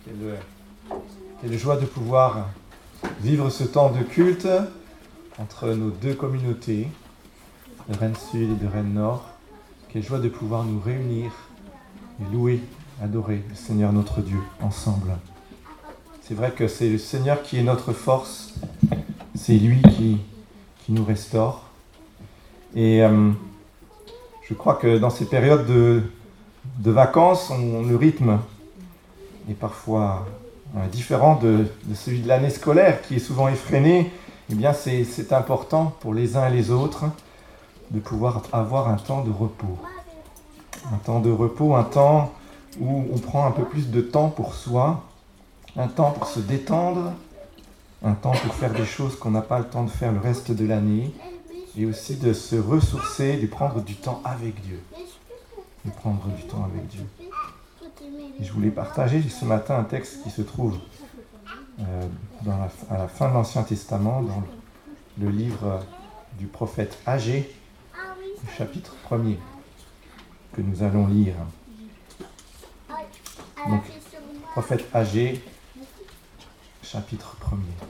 Quelle joie de pouvoir vivre ce temps de culte entre nos deux communautés, de Rennes Sud et de Rennes Nord. Quelle joie de pouvoir nous réunir et louer, adorer le Seigneur notre Dieu ensemble. C'est vrai que c'est le Seigneur qui est notre force, c'est lui qui nous restaure. Et je crois que dans ces périodes de vacances, le rythme est parfois différent de celui de l'année scolaire qui est souvent effréné. Eh bien, c'est important pour les uns et les autres de pouvoir avoir un temps de repos. Un temps de repos, un temps où on prend un peu plus de temps pour soi, un temps pour se détendre, un temps pour faire des choses qu'on n'a pas le temps de faire le reste de l'année, et aussi de se ressourcer, de prendre du temps avec Dieu. De prendre du temps avec Dieu. Et je voulais partager ce matin un texte qui se trouve à la fin de l'Ancien Testament, dans le livre du prophète Agée, le chapitre 1er, que nous allons lire. Donc, prophète Agée, chapitre 1er.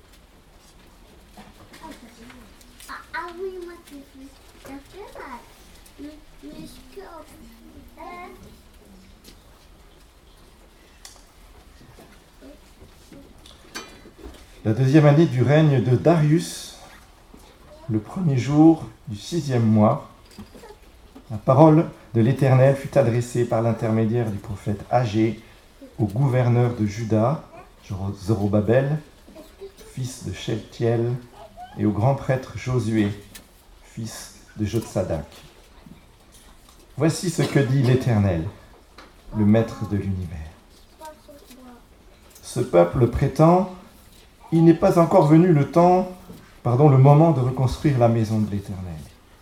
La deuxième année du règne de Darius, le premier jour du 6e mois, la parole de l'Éternel fut adressée par l'intermédiaire du prophète Agée au gouverneur de Juda, Zorobabel, fils de Shealtiel, et au grand prêtre Josué, fils de Jotsadak. Voici ce que dit l'Éternel, le maître de l'univers. Ce peuple prétend: il n'est pas encore venu le moment de reconstruire la maison de l'Éternel.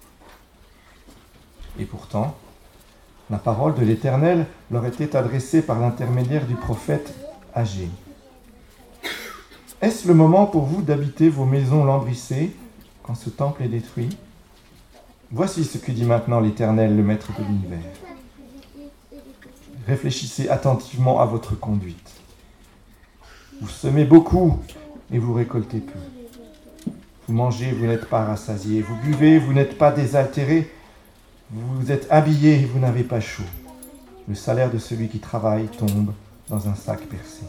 Et pourtant, la parole de l'Éternel leur était adressée par l'intermédiaire du prophète Agée. Est-ce le moment pour vous d'habiter vos maisons lambrissées quand ce temple est détruit? Voici ce que dit maintenant l'Éternel, le maître de l'univers. Réfléchissez attentivement à votre conduite. Vous semez beaucoup et vous récoltez peu. Vous mangez, vous n'êtes pas rassasiés. Vous buvez, vous n'êtes pas désaltérés. Vous êtes habillés et vous n'avez pas chaud. Le salaire de celui qui travaille tombe dans un sac percé.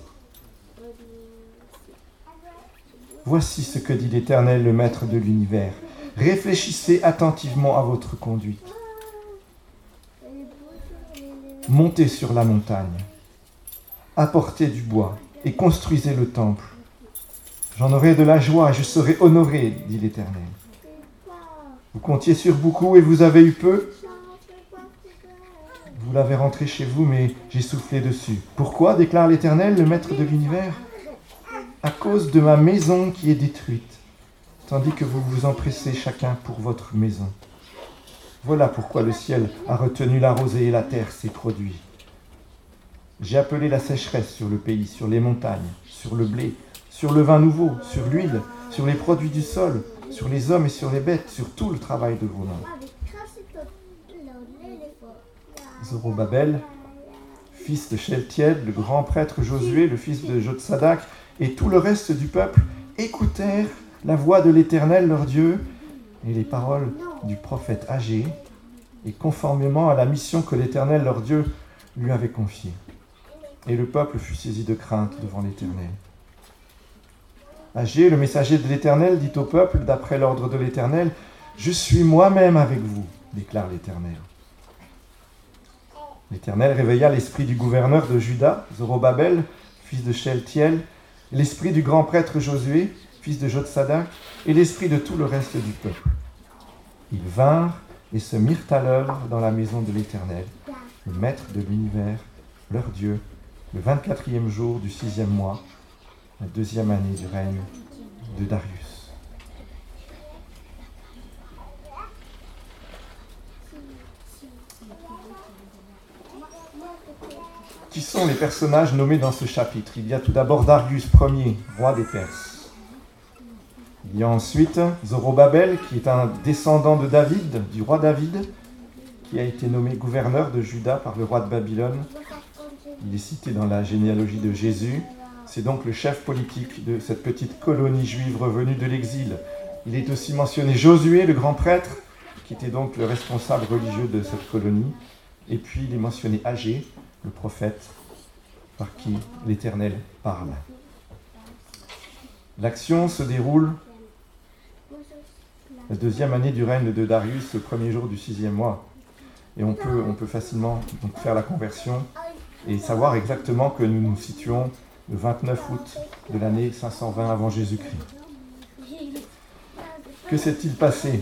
Voici ce que dit l'Éternel, le maître de l'univers. Réfléchissez attentivement à votre conduite. Montez sur la montagne, apportez du bois et construisez le temple. J'en aurai de la joie et je serai honoré, dit l'Éternel. Vous comptiez sur beaucoup et vous avez eu peu. Vous l'avez rentré chez vous, mais j'ai soufflé dessus. Pourquoi, déclare l'Éternel, le maître de l'univers? À cause de ma maison qui est détruite, tandis que vous vous empressez chacun pour votre maison. Voilà pourquoi le ciel a retenu la rosée et la terre ses produits. J'ai appelé la sécheresse sur le pays, sur les montagnes, sur le blé, sur le vin nouveau, sur l'huile, sur les produits du sol, sur les hommes et sur les bêtes, sur tout le travail de vos mains. Zorobabel, fils de Shealtiel, le grand prêtre Josué, le fils de Jotsadak, et tout le reste du peuple écoutèrent la voix de l'Éternel leur Dieu et les paroles du prophète Agée, et conformément à la mission que l'Éternel leur Dieu lui avait confiée. Et le peuple fut saisi de crainte devant l'Éternel. Agée, le messager de l'Éternel, dit au peuple, d'après l'ordre de l'Éternel: « Je suis moi-même avec vous, déclare l'Éternel. » L'Éternel réveilla l'esprit du gouverneur de Juda, Zorobabel, fils de Shealtiel, l'esprit du grand prêtre Josué, fils de Jotsadak, et l'esprit de tout le reste du peuple. Ils vinrent et se mirent à l'œuvre dans la maison de l'Éternel, le maître de l'univers, leur Dieu, le 24e jour du 6e mois, la 2e année du règne de Darius. Qui sont les personnages nommés dans ce chapitre? Il y a tout d'abord Darius Ier, roi des Perses. Il y a ensuite Zorobabel, qui est un descendant de David, du roi David, qui a été nommé gouverneur de Juda par le roi de Babylone. Il est cité dans la généalogie de Jésus. C'est donc le chef politique de cette petite colonie juive revenue de l'exil. Il est aussi mentionné Josué, le grand prêtre, qui était donc le responsable religieux de cette colonie. Et puis il est mentionné Agé, le prophète, par qui l'Éternel parle. L'action se déroule la 2e année du règne de Darius, le premier jour du 6e mois. Et on peut facilement donc faire la conversion et savoir exactement que nous nous situons le 29 août de l'année 520 avant Jésus-Christ. Que s'est-il passé?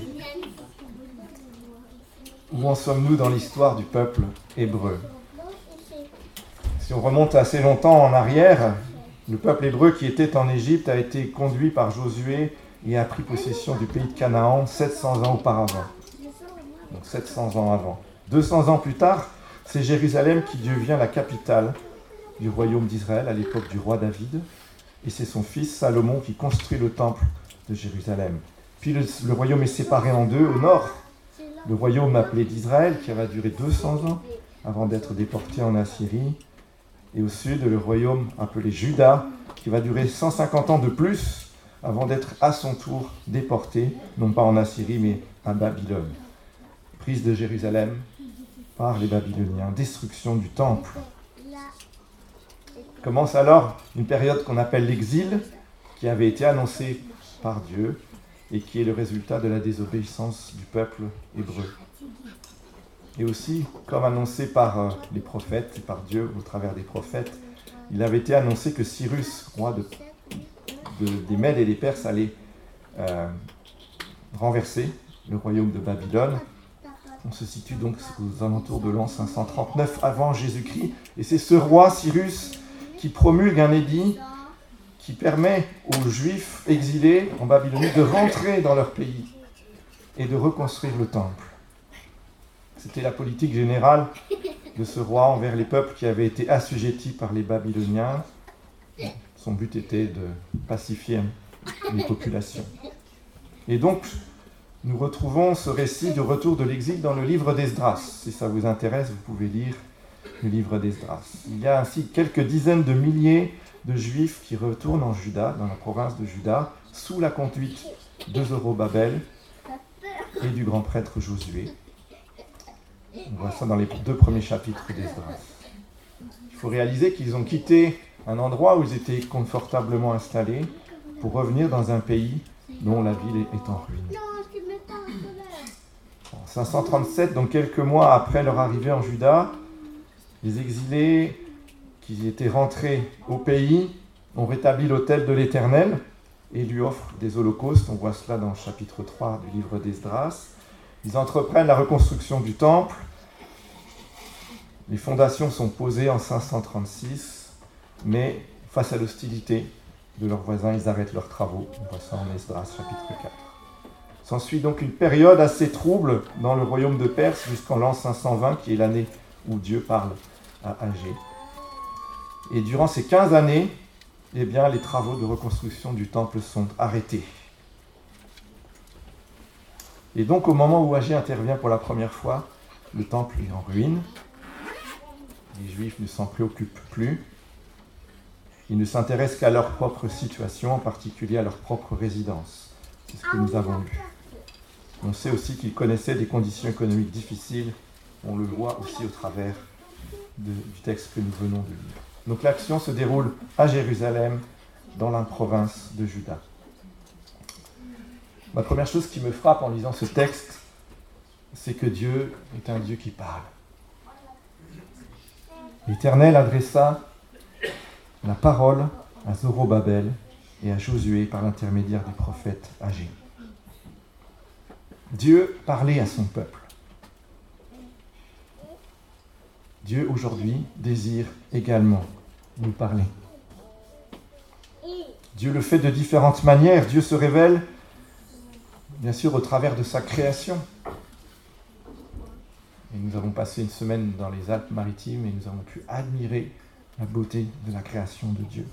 Où en sommes-nous dans l'histoire du peuple hébreu? Si on remonte assez longtemps en arrière, le peuple hébreu qui était en Égypte a été conduit par Josué et a pris possession du pays de Canaan 700 ans auparavant. Donc 700 ans avant. 200 ans plus tard, c'est Jérusalem qui devient la capitale du royaume d'Israël à l'époque du roi David. Et c'est son fils Salomon qui construit le temple de Jérusalem. Puis le royaume est séparé en deux. Au nord, le royaume appelé d'Israël qui va durer 200 ans avant d'être déporté en Assyrie. Et au sud, le royaume appelé Juda qui va durer 150 ans de plus avant d'être à son tour déporté, non pas en Assyrie mais à Babylone. Prise de Jérusalem par les Babyloniens, destruction du temple. Commence alors une période qu'on appelle l'exil, qui avait été annoncée par Dieu et qui est le résultat de la désobéissance du peuple hébreu. Et aussi, comme annoncé par les prophètes et par Dieu au travers des prophètes, il avait été annoncé que Cyrus, roi des Mèdes et des Perses, allait renverser le royaume de Babylone. On se situe donc aux alentours de l'an 539 avant Jésus-Christ. Et c'est ce roi Cyrus qui promulgue un édit qui permet aux Juifs exilés en Babylonie de rentrer dans leur pays et de reconstruire le temple. C'était la politique générale de ce roi envers les peuples qui avaient été assujettis par les Babyloniens. Son but était de pacifier les populations. Et donc, nous retrouvons ce récit du retour de l'exil dans le livre d'Esdras. Si ça vous intéresse, vous pouvez lire le livre d'Esdras. Il y a ainsi quelques dizaines de milliers de Juifs qui retournent en Juda, dans la province de Juda, sous la conduite de Zorobabel et du grand prêtre Josué. On voit ça dans les 2 premiers chapitres d'Esdras. Il faut réaliser qu'ils ont quitté un endroit où ils étaient confortablement installés pour revenir dans un pays dont la ville est en ruine. En 537, donc quelques mois après leur arrivée en Juda, les exilés qui étaient rentrés au pays ont rétabli l'autel de l'Éternel et lui offrent des holocaustes. On voit cela dans le chapitre 3 du livre d'Esdras. Ils entreprennent la reconstruction du temple. Les fondations sont posées en 536, mais face à l'hostilité de leurs voisins, ils arrêtent leurs travaux. On voit ça en Esdras, chapitre 4. S'ensuit donc une période assez trouble dans le royaume de Perse jusqu'en l'an 520, qui est l'année où Dieu parle à Agé. Et durant ces 15 années, eh bien, les travaux de reconstruction du temple sont arrêtés. Et donc au moment où Agé intervient pour la première fois, le temple est en ruine. Les Juifs ne s'en préoccupent plus. Ils ne s'intéressent qu'à leur propre situation, en particulier à leur propre résidence. C'est ce que nous avons lu. On sait aussi qu'ils connaissaient des conditions économiques difficiles. On le voit aussi au travers du texte que nous venons de lire. Donc l'action se déroule à Jérusalem, dans la province de Juda. La première chose qui me frappe en lisant ce texte, c'est que Dieu est un Dieu qui parle. L'Éternel adressa la parole à Zorobabel et à Josué par l'intermédiaire du prophète Agé. Dieu parlait à son peuple. Dieu aujourd'hui désire également nous parler. Dieu le fait de différentes manières. Dieu se révèle, bien sûr, au travers de sa création. Et nous avons passé une semaine dans les Alpes-Maritimes et nous avons pu admirer la beauté de la création de Dieu.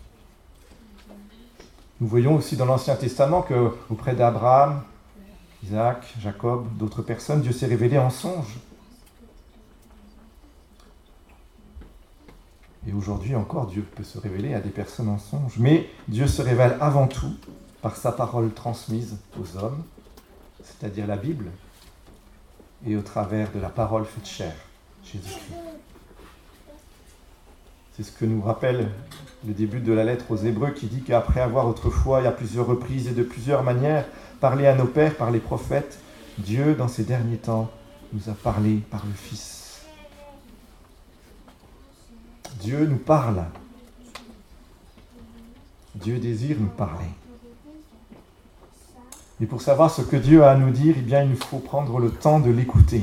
Nous voyons aussi dans l'Ancien Testament qu'auprès d'Abraham, Isaac, Jacob, d'autres personnes, Dieu s'est révélé en songe. Et aujourd'hui encore, Dieu peut se révéler à des personnes en songe. Mais Dieu se révèle avant tout par sa parole transmise aux hommes, c'est-à-dire la Bible, et au travers de la parole faite chair, Jésus-Christ. C'est ce que nous rappelle le début de la lettre aux Hébreux qui dit qu'après avoir autrefois, et à plusieurs reprises et de plusieurs manières, parlé à nos pères par les prophètes, Dieu, dans ces derniers temps, nous a parlé par le Fils. Dieu nous parle. Dieu désire nous parler. Et pour savoir ce que Dieu a à nous dire, eh bien, il nous faut prendre le temps de l'écouter.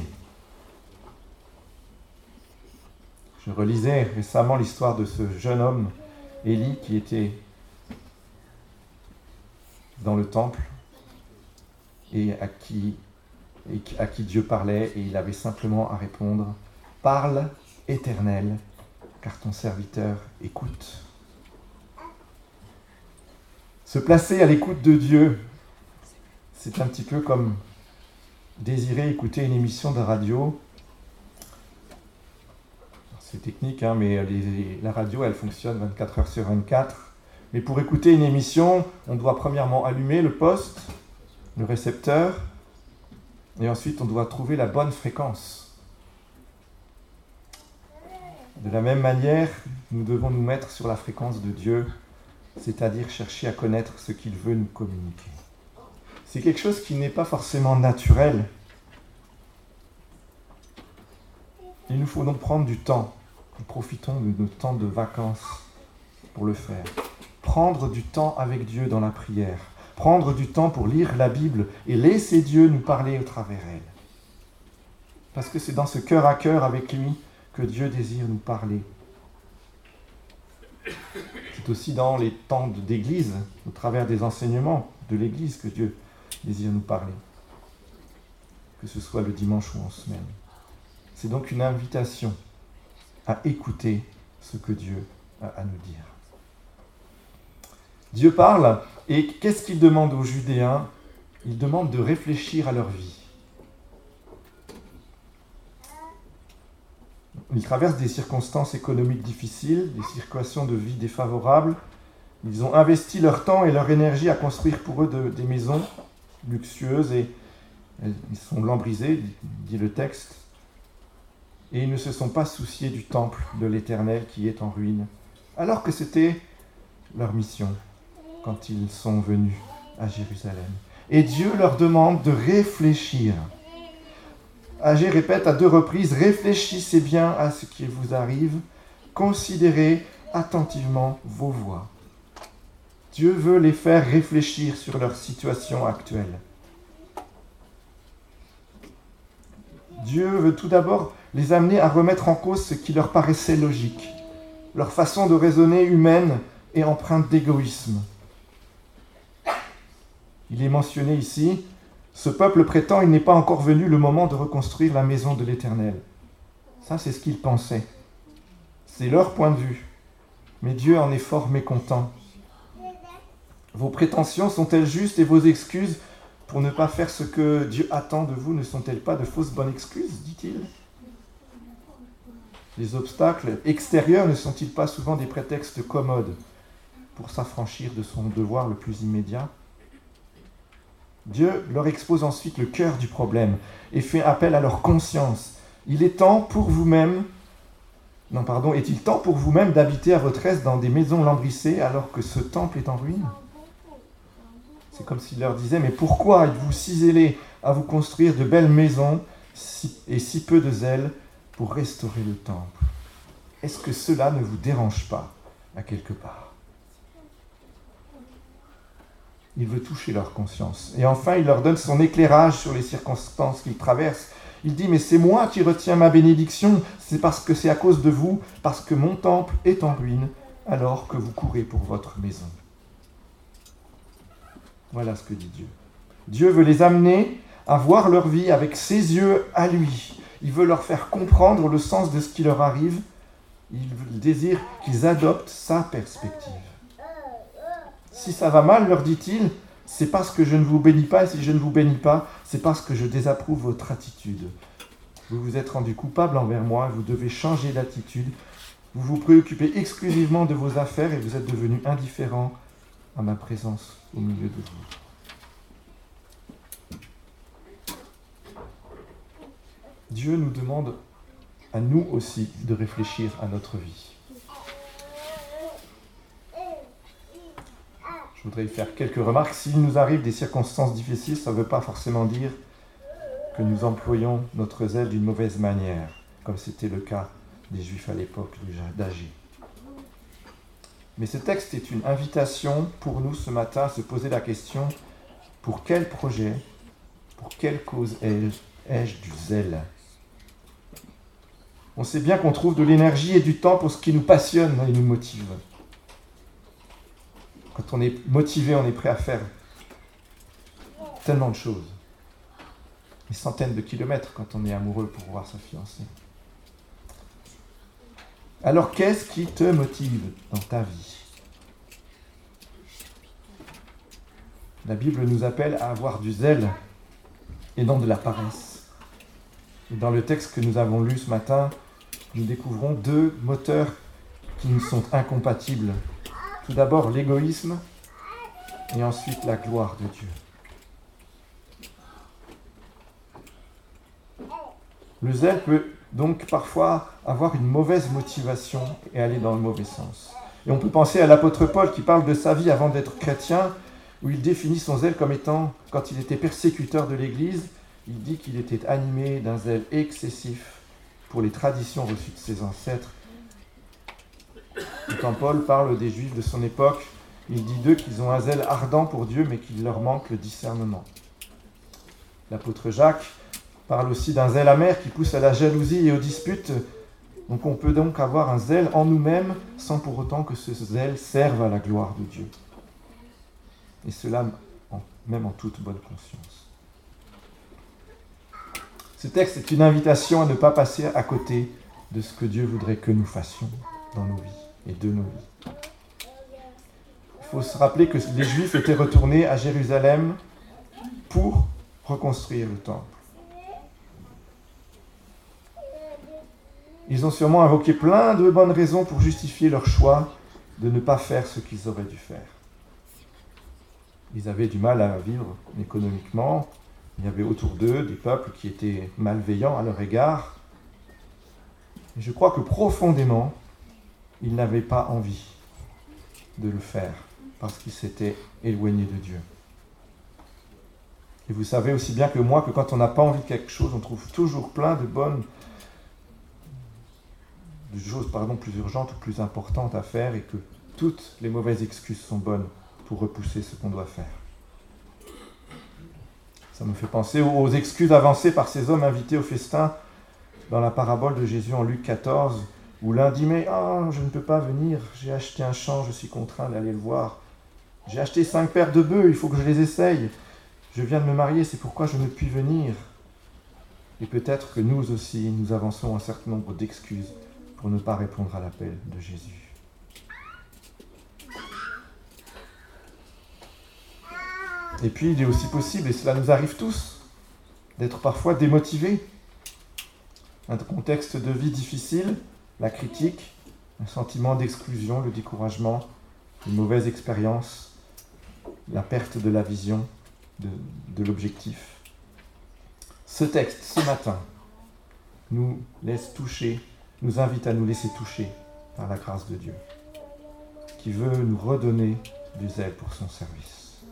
Je relisais récemment l'histoire de ce jeune homme, Élie, qui était dans le temple et à qui Dieu parlait, et il avait simplement à répondre « Parle, Éternel, car ton serviteur écoute. » Se placer à l'écoute de Dieu, c'est un petit peu comme désirer écouter une émission de radio. C'est technique, hein, mais la radio, elle fonctionne 24 heures sur 24. Mais pour écouter une émission, on doit premièrement allumer le poste, le récepteur, et ensuite on doit trouver la bonne fréquence. De la même manière, nous devons nous mettre sur la fréquence de Dieu, c'est-à-dire chercher à connaître ce qu'il veut nous communiquer. C'est quelque chose qui n'est pas forcément naturel. Il nous faut donc prendre du temps. Nous profitons de nos temps de vacances pour le faire. Prendre du temps avec Dieu dans la prière. Prendre du temps pour lire la Bible et laisser Dieu nous parler au travers elle. Parce que c'est dans ce cœur à cœur avec lui que Dieu désire nous parler. C'est aussi dans les temps d'église, au travers des enseignements de l'église, que Dieu désire nous parler. Que ce soit le dimanche ou en semaine. C'est donc une invitation à écouter ce que Dieu a à nous dire. Dieu parle, et qu'est-ce qu'il demande aux Judéens ? Il demande de réfléchir à leur vie. Ils traversent des circonstances économiques difficiles, des situations de vie défavorables. Ils ont investi leur temps et leur énergie à construire pour eux des maisons luxueuses, et ils sont lambrisés, dit le texte. Et ils ne se sont pas souciés du temple de l'Éternel qui est en ruine, alors que c'était leur mission quand ils sont venus à Jérusalem. Et Dieu leur demande de réfléchir. Agé répète à 2 reprises « Réfléchissez bien à ce qui vous arrive, considérez attentivement vos voies. » Dieu veut les faire réfléchir sur leur situation actuelle. Dieu veut tout d'abord les amener à remettre en cause ce qui leur paraissait logique, leur façon de raisonner humaine et empreinte d'égoïsme. Il est mentionné ici, ce peuple prétend il n'est pas encore venu le moment de reconstruire la maison de l'Éternel. Ça, c'est ce qu'ils pensaient. C'est leur point de vue. Mais Dieu en est fort mécontent. Vos prétentions sont-elles justes et vos excuses pour ne pas faire ce que Dieu attend de vous ne sont-elles pas de fausses bonnes excuses, dit-il ? Les obstacles extérieurs ne sont-ils pas souvent des prétextes commodes pour s'affranchir de son devoir le plus immédiat ? Dieu leur expose ensuite le cœur du problème et fait appel à leur conscience. Est-il temps pour vous-même d'habiter à votre aise dans des maisons lambrissées alors que ce temple est en ruine ? C'est comme s'il leur disait, mais pourquoi êtes-vous si zélés à vous construire de belles maisons et si peu de zèle pour restaurer le temple ? Est-ce que cela ne vous dérange pas, à quelque part ? Il veut toucher leur conscience. Et enfin, il leur donne son éclairage sur les circonstances qu'ils traversent. Il dit, mais c'est moi qui retiens ma bénédiction, c'est parce que c'est à cause de vous, parce que mon temple est en ruine, alors que vous courez pour votre maison. Voilà ce que dit Dieu. Dieu veut les amener à voir leur vie avec ses yeux à lui. Il veut leur faire comprendre le sens de ce qui leur arrive. Il désire qu'ils adoptent sa perspective. Si ça va mal, leur dit-il, c'est parce que je ne vous bénis pas, et si je ne vous bénis pas, c'est parce que je désapprouve votre attitude. Vous vous êtes rendu coupable envers moi, vous devez changer d'attitude, Vous vous préoccupez exclusivement de vos affaires et vous êtes devenus indifférents à ma présence au milieu de vous. Dieu nous demande à nous aussi de réfléchir à notre vie. Je voudrais y faire quelques remarques. S'il nous arrive des circonstances difficiles, ça ne veut pas forcément dire que nous employons notre zèle d'une mauvaise manière, comme c'était le cas des Juifs à l'époque d'Agé. Mais ce texte est une invitation pour nous ce matin à se poser la question: pour quel projet, pour quelle cause ai-je du zèle ? On sait bien qu'on trouve de l'énergie et du temps pour ce qui nous passionne et nous motive. Quand on est motivé, on est prêt à faire tellement de choses. Des centaines de kilomètres quand on est amoureux pour voir sa fiancée. Alors qu'est-ce qui te motive dans ta vie ? La Bible nous appelle à avoir du zèle et non de la paresse. Et dans le texte que nous avons lu ce matin, nous découvrons deux moteurs qui nous sont incompatibles. Tout d'abord l'égoïsme et ensuite la gloire de Dieu. Le zèle peut donc parfois avoir une mauvaise motivation et aller dans le mauvais sens. Et on peut penser à l'apôtre Paul qui parle de sa vie avant d'être chrétien, où il définit son zèle comme étant, quand il était persécuteur de l'Église, il dit qu'il était animé d'un zèle excessif pour les traditions reçues de ses ancêtres. Et quand Paul parle des Juifs de son époque, il dit d'eux qu'ils ont un zèle ardent pour Dieu, mais qu'il leur manque le discernement. L'apôtre Jacques parle aussi d'un zèle amer qui pousse à la jalousie et aux disputes. Donc on peut donc avoir un zèle en nous-mêmes sans pour autant que ce zèle serve à la gloire de Dieu. Et cela même en toute bonne conscience. Ce texte est une invitation à ne pas passer à côté de ce que Dieu voudrait que nous fassions dans nos vies et de nos vies. Il faut se rappeler que les Juifs étaient retournés à Jérusalem pour reconstruire le temple. Ils ont sûrement invoqué plein de bonnes raisons pour justifier leur choix de ne pas faire ce qu'ils auraient dû faire. Ils avaient du mal à vivre économiquement. Il y avait autour d'eux des peuples qui étaient malveillants à leur égard. Et je crois que profondément, ils n'avaient pas envie de le faire parce qu'ils s'étaient éloignés de Dieu. Et vous savez aussi bien que moi que quand on n'a pas envie de quelque chose, on trouve toujours plein de choses plus urgentes ou plus importantes à faire et que toutes les mauvaises excuses sont bonnes pour repousser ce qu'on doit faire. Ça me fait penser aux excuses avancées par ces hommes invités au festin dans la parabole de Jésus en Luc 14, où l'un dit « Mais je ne peux pas venir, j'ai acheté un champ, je suis contraint d'aller le voir. J'ai acheté 5 paires de bœufs, il faut que je les essaye. Je viens de me marier, c'est pourquoi je ne puis venir. » Et peut-être que nous aussi, nous avançons un certain nombre d'excuses pour ne pas répondre à l'appel de Jésus. Et puis, il est aussi possible, et cela nous arrive tous, d'être parfois démotivés. Un contexte de vie difficile, la critique, un sentiment d'exclusion, le découragement, une mauvaise expérience, la perte de la vision, de l'objectif. Ce texte, ce matin, nous laisse toucher, nous invite à nous laisser toucher par la grâce de Dieu, qui veut nous redonner du zèle pour son service.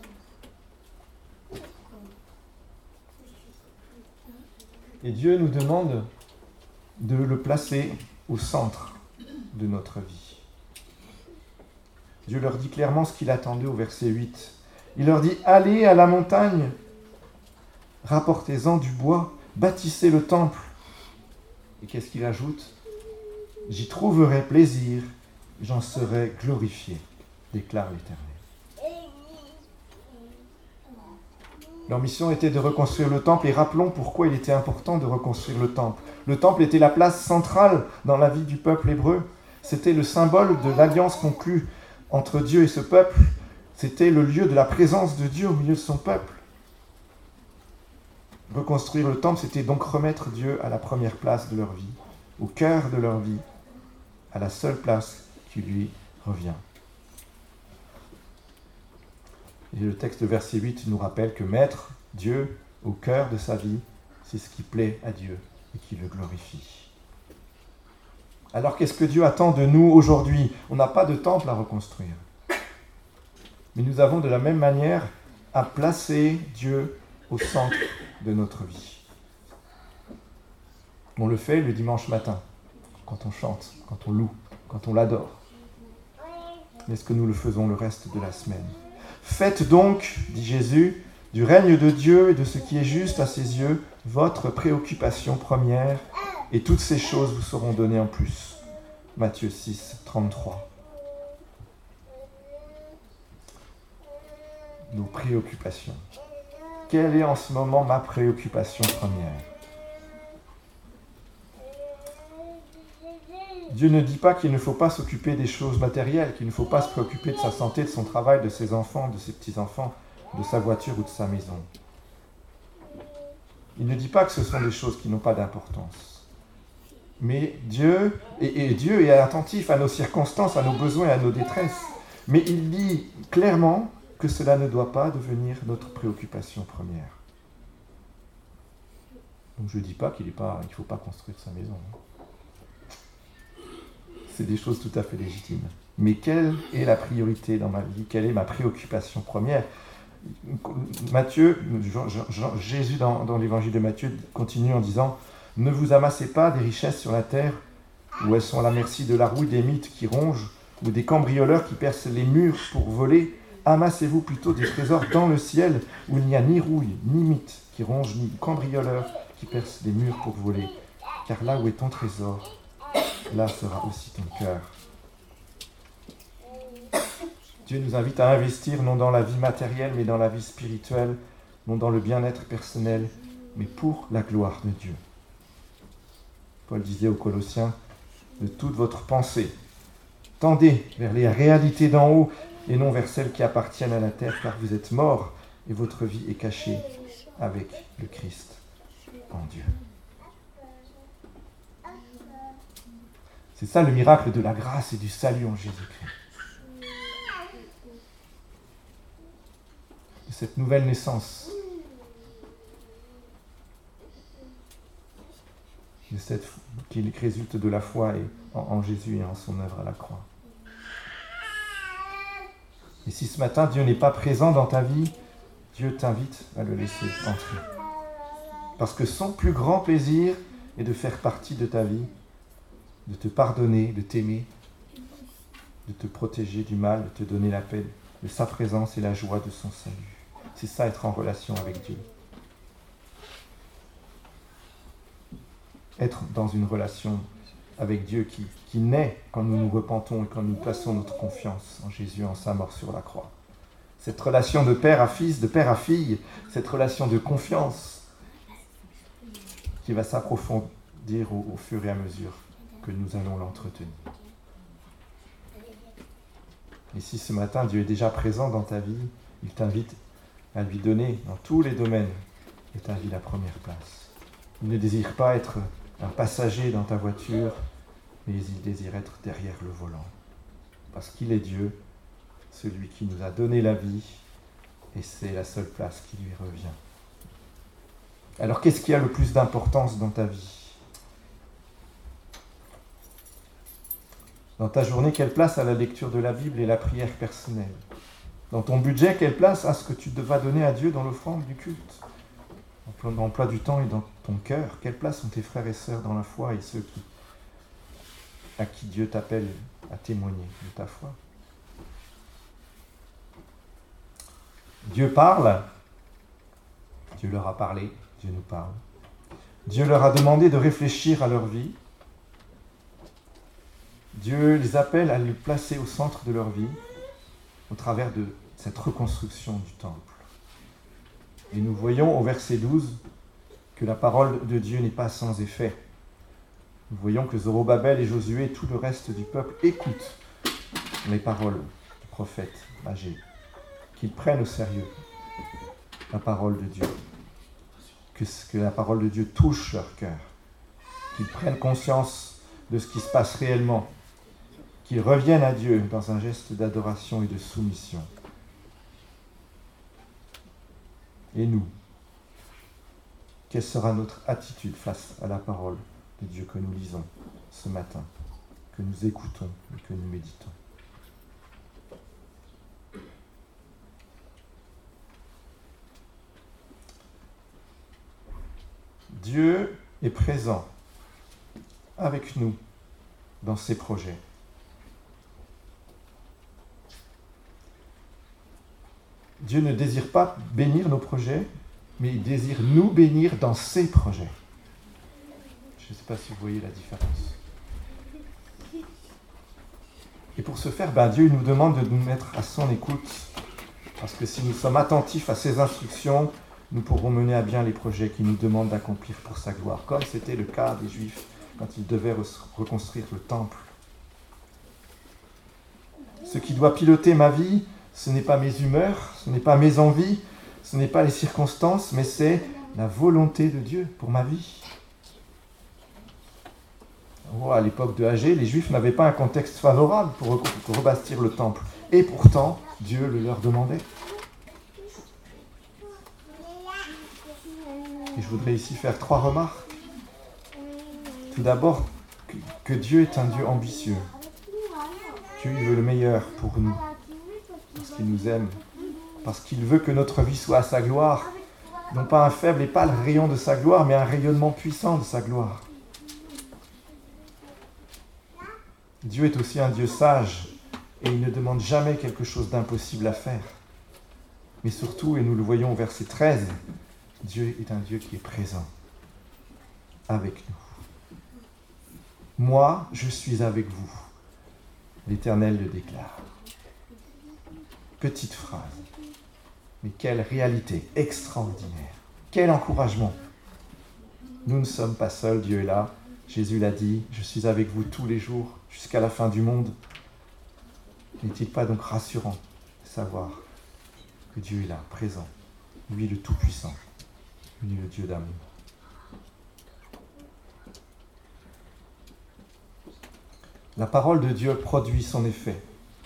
Et Dieu nous demande de le placer au centre de notre vie. Dieu leur dit clairement ce qu'il attendait au verset 8. Il leur dit « Allez à la montagne, rapportez-en du bois, bâtissez le temple. » Et qu'est-ce qu'il ajoute ? « J'y trouverai plaisir, j'en serai glorifié, déclare l'Éternel. » Leur mission était de reconstruire le temple, et rappelons pourquoi il était important de reconstruire le temple. Le temple était la place centrale dans la vie du peuple hébreu. C'était le symbole de l'alliance conclue entre Dieu et ce peuple. C'était le lieu de la présence de Dieu au milieu de son peuple. Reconstruire le temple, c'était donc remettre Dieu à la première place de leur vie, au cœur de leur vie, à la seule place qui lui revient. Et le texte de verset 8 nous rappelle que mettre Dieu au cœur de sa vie, c'est ce qui plaît à Dieu et qui le glorifie. Alors qu'est-ce que Dieu attend de nous aujourd'hui ? On n'a pas de temple à reconstruire. Mais nous avons de la même manière à placer Dieu au centre de notre vie. On le fait le dimanche matin, quand on chante, quand on loue, quand on l'adore. Mais est-ce que nous le faisons le reste de la semaine ? Faites donc, dit Jésus, du règne de Dieu et de ce qui est juste à ses yeux, votre préoccupation première, et toutes ces choses vous seront données en plus. Matthieu 6, 33. Nos préoccupations. Quelle est en ce moment ma préoccupation première ? Dieu ne dit pas qu'il ne faut pas s'occuper des choses matérielles, qu'il ne faut pas se préoccuper de sa santé, de son travail, de ses enfants, de ses petits-enfants, de sa voiture ou de sa maison. Il ne dit pas que ce sont des choses qui n'ont pas d'importance. Mais Dieu est attentif à nos circonstances, à nos besoins et à nos détresses. Mais il dit clairement que cela ne doit pas devenir notre préoccupation première. Donc je ne dis pas qu'il ne faut pas construire sa maison. C'est des choses tout à fait légitimes. Mais quelle est la priorité dans ma vie ? Quelle est ma préoccupation première ? Jésus dans l'évangile de Matthieu continue en disant « Ne vous amassez pas des richesses sur la terre où elles sont à la merci de la rouille des mythes qui rongent ou des cambrioleurs qui percent les murs pour voler. Amassez-vous plutôt des trésors dans le ciel où il n'y a ni rouille, ni mythe qui rongent, ni cambrioleurs qui percent les murs pour voler. Car là où est ton trésor, là sera aussi ton cœur. » Dieu nous invite à investir non dans la vie matérielle, mais dans la vie spirituelle, non dans le bien-être personnel, mais pour la gloire de Dieu. Paul disait aux Colossiens, de toute votre pensée, tendez vers les réalités d'en haut et non vers celles qui appartiennent à la terre, car vous êtes morts et votre vie est cachée avec le Christ en Dieu. C'est ça le miracle de la grâce et du salut en Jésus-Christ. De cette nouvelle naissance, qui résulte de la foi en Jésus et en son œuvre à la croix. Et si ce matin Dieu n'est pas présent dans ta vie, Dieu t'invite à le laisser entrer. Parce que son plus grand plaisir est de faire partie de ta vie, de te pardonner, de t'aimer, de te protéger du mal, de te donner la paix de sa présence et la joie de son salut. C'est ça, être en relation avec Dieu. Être dans une relation avec Dieu qui naît quand nous nous repentons et quand nous plaçons notre confiance en Jésus, en sa mort sur la croix. Cette relation de père à fils, de père à fille, cette relation de confiance qui va s'approfondir au fur et à mesure que nous allons l'entretenir. Et si ce matin Dieu est déjà présent dans ta vie, il t'invite à lui donner dans tous les domaines de ta vie la première place. Il ne désire pas être un passager dans ta voiture, mais il désire être derrière le volant. Parce qu'il est Dieu, celui qui nous a donné la vie, et c'est la seule place qui lui revient. Alors qu'est-ce qui a le plus d'importance dans ta vie ? Dans ta journée, quelle place a la lecture de la Bible et la prière personnelle ? Dans ton budget, quelle place a ce que tu vas donner à Dieu dans l'offrande du culte ? Dans l'emploi du temps et dans ton cœur, quelle place ont tes frères et sœurs dans la foi et ceux à qui Dieu t'appelle à témoigner de ta foi ? Dieu parle, Dieu leur a parlé, Dieu nous parle. Dieu leur a demandé de réfléchir à leur vie. Dieu les appelle à les placer au centre de leur vie au travers de cette reconstruction du temple. Et nous voyons au verset 12 que la parole de Dieu n'est pas sans effet. Nous voyons que Zorobabel et Josué et tout le reste du peuple écoutent les paroles du prophète Agé, qu'ils prennent au sérieux la parole de Dieu, que la parole de Dieu touche leur cœur, qu'ils prennent conscience de ce qui se passe réellement qu'ils reviennent à Dieu dans un geste d'adoration et de soumission. Et nous, quelle sera notre attitude face à la parole de Dieu que nous lisons ce matin, que nous écoutons et que nous méditons? Dieu est présent avec nous dans ses projets. Dieu ne désire pas bénir nos projets, mais il désire nous bénir dans ses projets. Je ne sais pas si vous voyez la différence. Et pour ce faire, Dieu nous demande de nous mettre à son écoute, parce que si nous sommes attentifs à ses instructions, nous pourrons mener à bien les projets qu'il nous demande d'accomplir pour sa gloire, comme c'était le cas des Juifs quand ils devaient reconstruire le temple. Ce qui doit piloter ma vie, ce n'est pas mes humeurs, ce n'est pas mes envies, ce n'est pas les circonstances, mais c'est la volonté de Dieu pour ma vie. À l'époque de Agé, les Juifs n'avaient pas un contexte favorable pour rebâtir le temple. Et pourtant, Dieu le leur demandait. Et je voudrais ici faire 3 remarques. Tout d'abord, que Dieu est un Dieu ambitieux. Dieu veut le meilleur pour nous, parce qu'il nous aime, parce qu'il veut que notre vie soit à sa gloire, non pas un faible et pas le rayon de sa gloire, mais un rayonnement puissant de sa gloire. Dieu est aussi un Dieu sage, et il ne demande jamais quelque chose d'impossible à faire. Mais surtout, et nous le voyons au verset 13, Dieu est un Dieu qui est présent avec nous. Moi, je suis avec vous, l'Éternel le déclare. Petite phrase, mais quelle réalité extraordinaire, quel encouragement. Nous ne sommes pas seuls, Dieu est là. Jésus l'a dit, je suis avec vous tous les jours, jusqu'à la fin du monde. N'est-il pas donc rassurant de savoir que Dieu est là, présent, lui le Tout-Puissant, lui le Dieu d'amour. La parole de Dieu produit son effet.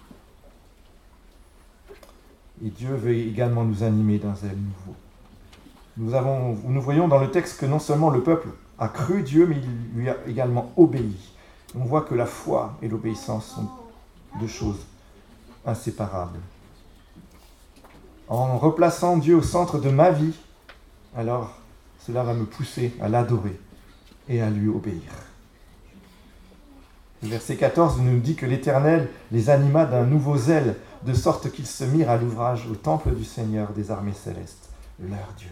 Et Dieu veut également nous animer d'un zèle nouveau. Nous voyons dans le texte que non seulement le peuple a cru Dieu, mais il lui a également obéi. On voit que la foi et l'obéissance sont 2 choses inséparables. En replaçant Dieu au centre de ma vie, alors cela va me pousser à l'adorer et à lui obéir. Le verset 14 nous dit que l'Éternel les anima d'un nouveau zèle, de sorte qu'ils se mirent à l'ouvrage au temple du Seigneur des armées célestes, leur Dieu.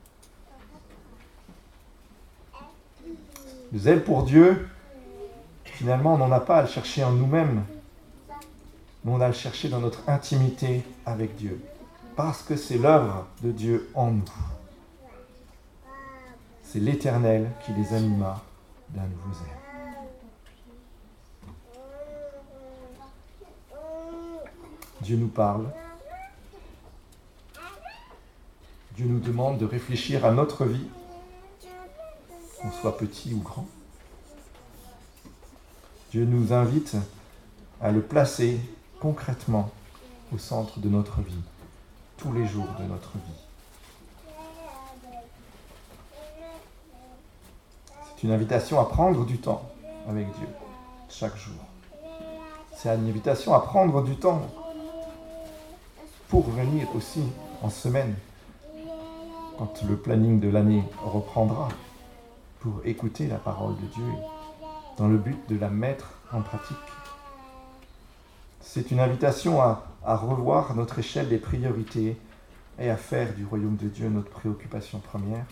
Le zèle pour Dieu, finalement, on n'en a pas à le chercher en nous-mêmes, mais on a à le chercher dans notre intimité avec Dieu, parce que c'est l'œuvre de Dieu en nous. C'est l'Éternel qui les anima d'un nouveau zèle. Dieu nous parle. Dieu nous demande de réfléchir à notre vie, qu'on soit petit ou grand. Dieu nous invite à le placer concrètement au centre de notre vie, tous les jours de notre vie. C'est une invitation à prendre du temps avec Dieu, chaque jour. C'est une invitation à prendre du temps pour venir aussi en semaine, quand le planning de l'année reprendra, pour écouter la parole de Dieu, dans le but de la mettre en pratique. C'est une invitation à revoir notre échelle des priorités et à faire du royaume de Dieu notre préoccupation première.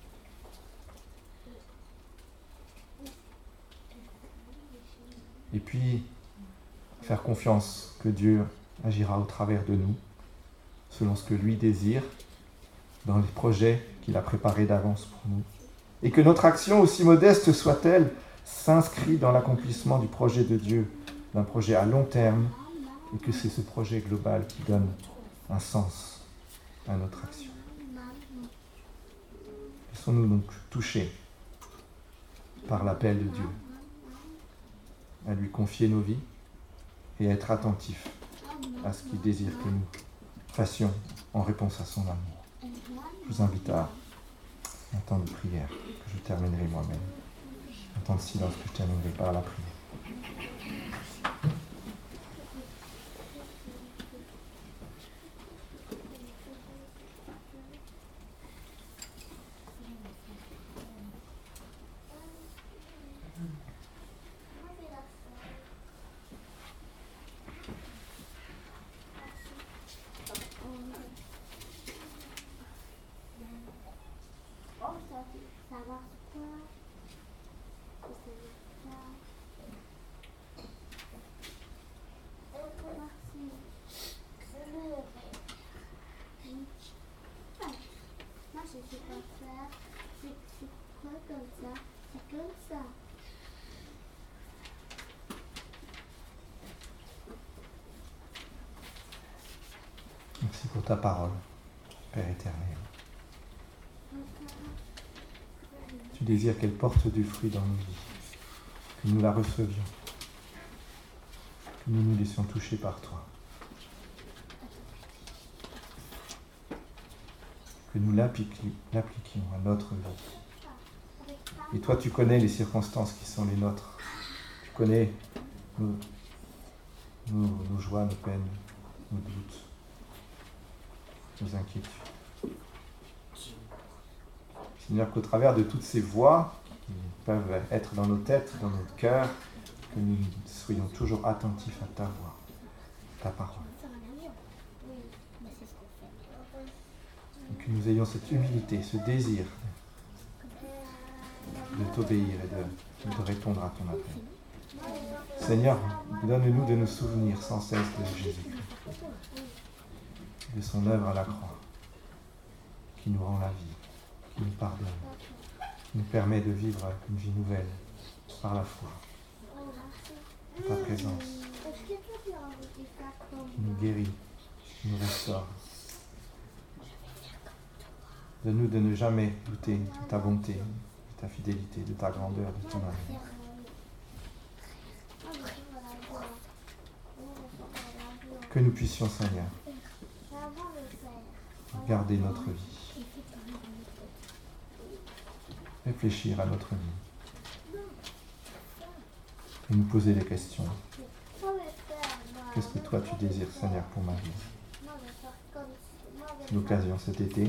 Et puis, faire confiance que Dieu agira au travers de nous, selon ce que lui désire, dans les projets qu'il a préparés d'avance pour nous. Et que notre action, aussi modeste soit-elle, s'inscrit dans l'accomplissement du projet de Dieu, d'un projet à long terme, et que c'est ce projet global qui donne un sens à notre action. Laissons-nous donc touchés par l'appel de Dieu, à lui confier nos vies, et être attentifs à ce qu'il désire que nous fassions en réponse à son amour. Je vous invite à un temps de prière que je terminerai moi-même, un temps de silence que je terminerai par la prière. Merci pour ta parole, Père éternel. Tu désires qu'elle porte du fruit dans nos vies, que nous la recevions, que nous nous laissions toucher par toi, que nous l'appliquions à notre vie. Et toi, tu connais les circonstances qui sont les nôtres. Tu connais nos joies, nos peines, nos doutes, nos inquiétudes. Seigneur, qu'au travers de toutes ces voix qui peuvent être dans nos têtes, dans notre cœur, que nous soyons toujours attentifs à ta voix, ta parole. Et que nous ayons cette humilité, ce désir de t'obéir et de répondre à ton appel. Seigneur, donne-nous de nous souvenir sans cesse de Jésus-Christ, de son œuvre à la croix, qui nous rend la vie, qui nous pardonne, qui nous permet de vivre une vie nouvelle par la foi, ta présence, qui nous guérit, qui nous restaure. Donne-nous de ne jamais douter de ta bonté, de ta fidélité, de ta grandeur, de ton amour. Que nous puissions, Seigneur, garder notre vie, réfléchir à notre vie et nous poser des questions. Qu'est-ce que toi tu désires, Seigneur, pour ma vie? C'est l'occasion cet été,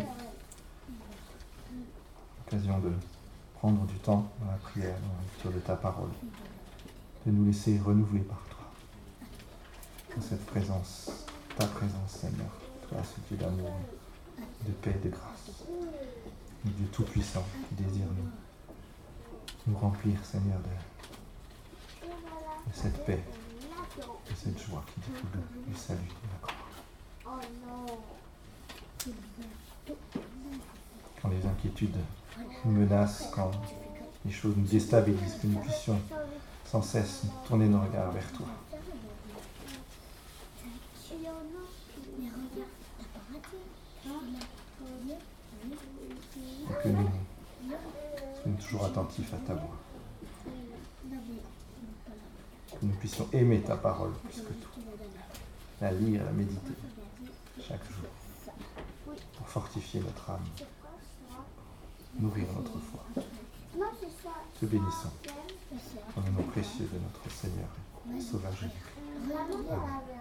l'occasion de prendre du temps dans la prière, dans la lecture de ta parole, de nous laisser renouveler par toi. Dans cette présence, ta présence, Seigneur, toi, ce Dieu d'amour, de paix et de grâce, le Dieu tout-puissant qui désire nous remplir, Seigneur, de cette paix, de cette joie qui découle du salut de la croix. Quand les inquiétudes nous menacent, quand les choses nous déstabilisent, que nous puissions sans cesse tourner nos regards vers toi. Et que nous soyons toujours attentifs à ta voix. Que nous puissions aimer ta parole plus que tout. La lire, la méditer chaque jour. Pour fortifier notre âme. Nourrir notre foi. Te bénissons. Dans le nom précieux de notre Seigneur et Sauveur Jésus-Christ. Amen.